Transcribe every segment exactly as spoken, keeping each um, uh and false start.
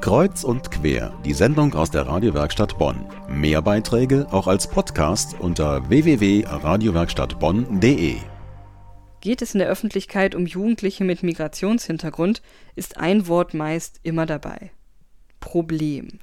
Kreuz und quer, die Sendung aus der Radiowerkstatt Bonn. Mehr Beiträge auch als Podcast unter w w w punkt radiowerkstattbonn punkt d e. Geht es in der Öffentlichkeit um Jugendliche mit Migrationshintergrund, ist ein Wort meist immer dabei: Problem.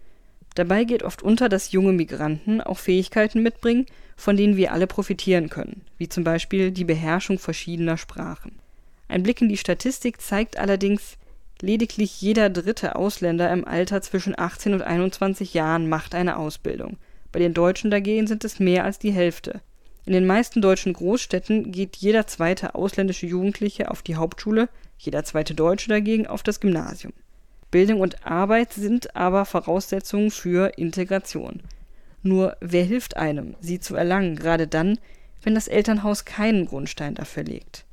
Dabei geht oft unter, dass junge Migranten auch Fähigkeiten mitbringen, von denen wir alle profitieren können, wie zum Beispiel die Beherrschung verschiedener Sprachen. Ein Blick in die Statistik zeigt allerdings, lediglich jeder dritte Ausländer im Alter zwischen achtzehn und einundzwanzig Jahren macht eine Ausbildung. Bei den Deutschen dagegen sind es mehr als die Hälfte. In den meisten deutschen Großstädten geht jeder zweite ausländische Jugendliche auf die Hauptschule, jeder zweite Deutsche dagegen auf das Gymnasium. Bildung und Arbeit sind aber Voraussetzungen für Integration. Nur wer hilft einem, sie zu erlangen, gerade dann, wenn das Elternhaus keinen Grundstein dafür legt?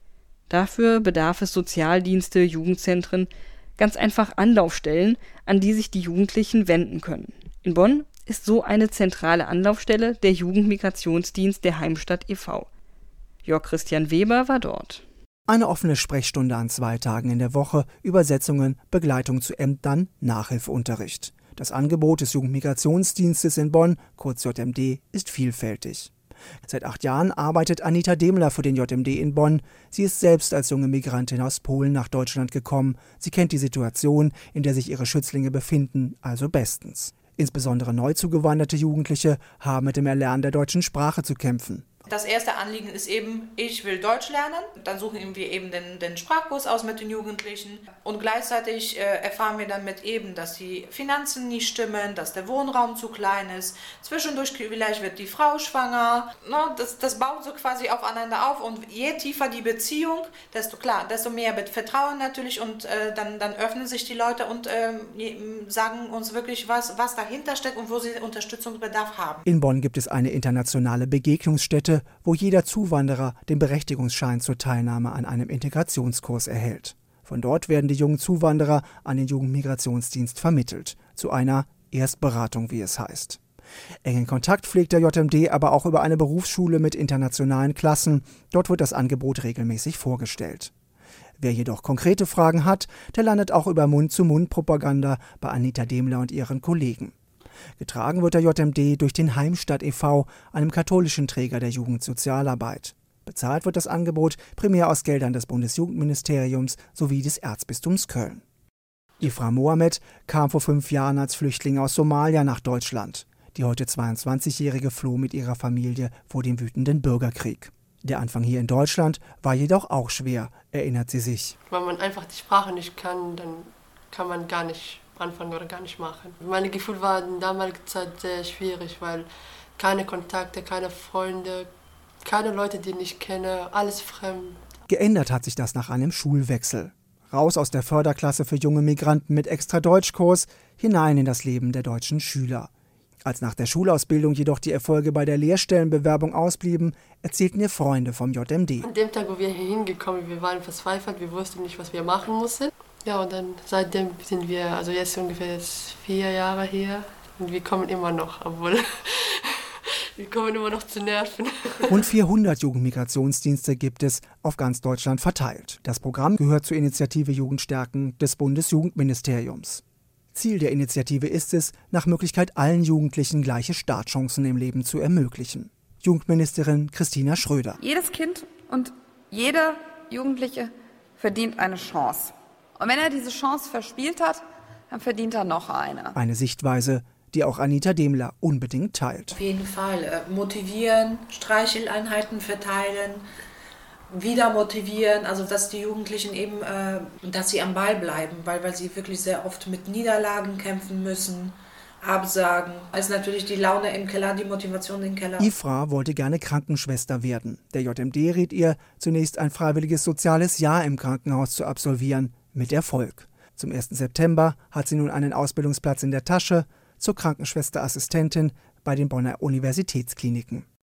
Dafür bedarf es Sozialdienste, Jugendzentren, ganz einfach Anlaufstellen, an die sich die Jugendlichen wenden können. In Bonn ist so eine zentrale Anlaufstelle der Jugendmigrationsdienst der Heimstatt e V Jörg Christian Weber war dort. Eine offene Sprechstunde an zwei Tagen in der Woche, Übersetzungen, Begleitung zu Ämtern, Nachhilfeunterricht. Das Angebot des Jugendmigrationsdienstes in Bonn, kurz J M D, ist vielfältig. Seit acht Jahren arbeitet Anita Demler für den J M D in Bonn. Sie ist selbst als junge Migrantin aus Polen nach Deutschland gekommen. Sie kennt die Situation, in der sich ihre Schützlinge befinden, also bestens. Insbesondere neu zugewanderte Jugendliche haben mit dem Erlernen der deutschen Sprache zu kämpfen. Das erste Anliegen ist eben, ich will Deutsch lernen. Dann suchen wir eben den, den Sprachkurs aus mit den Jugendlichen. Und gleichzeitig äh, erfahren wir damit eben, dass die Finanzen nicht stimmen, dass der Wohnraum zu klein ist. Zwischendurch vielleicht wird die Frau schwanger. No, das, das baut so quasi aufeinander auf. Und je tiefer die Beziehung, desto klar, desto mehr Vertrauen natürlich. Und äh, dann, dann öffnen sich die Leute und äh, sagen uns wirklich, was, was dahinter steckt und wo sie Unterstützungsbedarf haben. In Bonn gibt es eine internationale Begegnungsstätte, wo jeder Zuwanderer den Berechtigungsschein zur Teilnahme an einem Integrationskurs erhält. Von dort werden die jungen Zuwanderer an den Jugendmigrationsdienst vermittelt, zu einer Erstberatung, wie es heißt. Engen Kontakt pflegt der J M D aber auch über eine Berufsschule mit internationalen Klassen. Dort wird das Angebot regelmäßig vorgestellt. Wer jedoch konkrete Fragen hat, der landet auch über Mund-zu-Mund-Propaganda bei Anita Demler und ihren Kollegen. Getragen wird der J M D durch den Heimstatt e V, einem katholischen Träger der Jugendsozialarbeit. Bezahlt wird das Angebot primär aus Geldern des Bundesjugendministeriums sowie des Erzbistums Köln. Ifra Mohamed kam vor fünf Jahren als Flüchtling aus Somalia nach Deutschland. Die heute zweiundzwanzigjährige floh mit ihrer Familie vor dem wütenden Bürgerkrieg. Der Anfang hier in Deutschland war jedoch auch schwer, erinnert sie sich. Wenn man einfach die Sprache nicht kann, dann kann man gar nicht anfangen oder gar nicht machen. Mein Gefühl war in der damaligen Zeit sehr schwierig, weil keine Kontakte, keine Freunde, keine Leute, die ich kenne, alles fremd. Geändert hat sich das nach einem Schulwechsel. Raus aus der Förderklasse für junge Migranten mit extra Deutschkurs, hinein in das Leben der deutschen Schüler. Als nach der Schulausbildung jedoch die Erfolge bei der Lehrstellenbewerbung ausblieben, erzählten ihr Freunde vom J M D. An dem Tag, wo wir hier hingekommen sind, wir waren verzweifelt, wir wussten nicht, was wir machen mussten. Ja, und dann seitdem sind wir, also jetzt ungefähr jetzt vier Jahre hier und wir kommen immer noch, obwohl wir kommen immer noch zu Nerven. Rund vierhundert Jugendmigrationsdienste gibt es auf ganz Deutschland verteilt. Das Programm gehört zur Initiative Jugendstärken des Bundesjugendministeriums. Ziel der Initiative ist es, nach Möglichkeit allen Jugendlichen gleiche Startchancen im Leben zu ermöglichen. Jugendministerin Christina Schröder. Jedes Kind und jeder Jugendliche verdient eine Chance. Und wenn er diese Chance verspielt hat, dann verdient er noch eine. Eine Sichtweise, die auch Anita Demler unbedingt teilt. Auf jeden Fall äh, motivieren, Streicheleinheiten verteilen, wieder motivieren, also dass die Jugendlichen eben, äh, dass sie am Ball bleiben, weil, weil sie wirklich sehr oft mit Niederlagen kämpfen müssen, absagen. Also natürlich die Laune im Keller, die Motivation im Keller. Ifra wollte gerne Krankenschwester werden. Der J M D riet ihr, zunächst ein freiwilliges soziales Jahr im Krankenhaus zu absolvieren. Mit Erfolg. Zum ersten September hat sie nun einen Ausbildungsplatz in der Tasche zur Krankenschwesterassistentin bei den Bonner Universitätskliniken.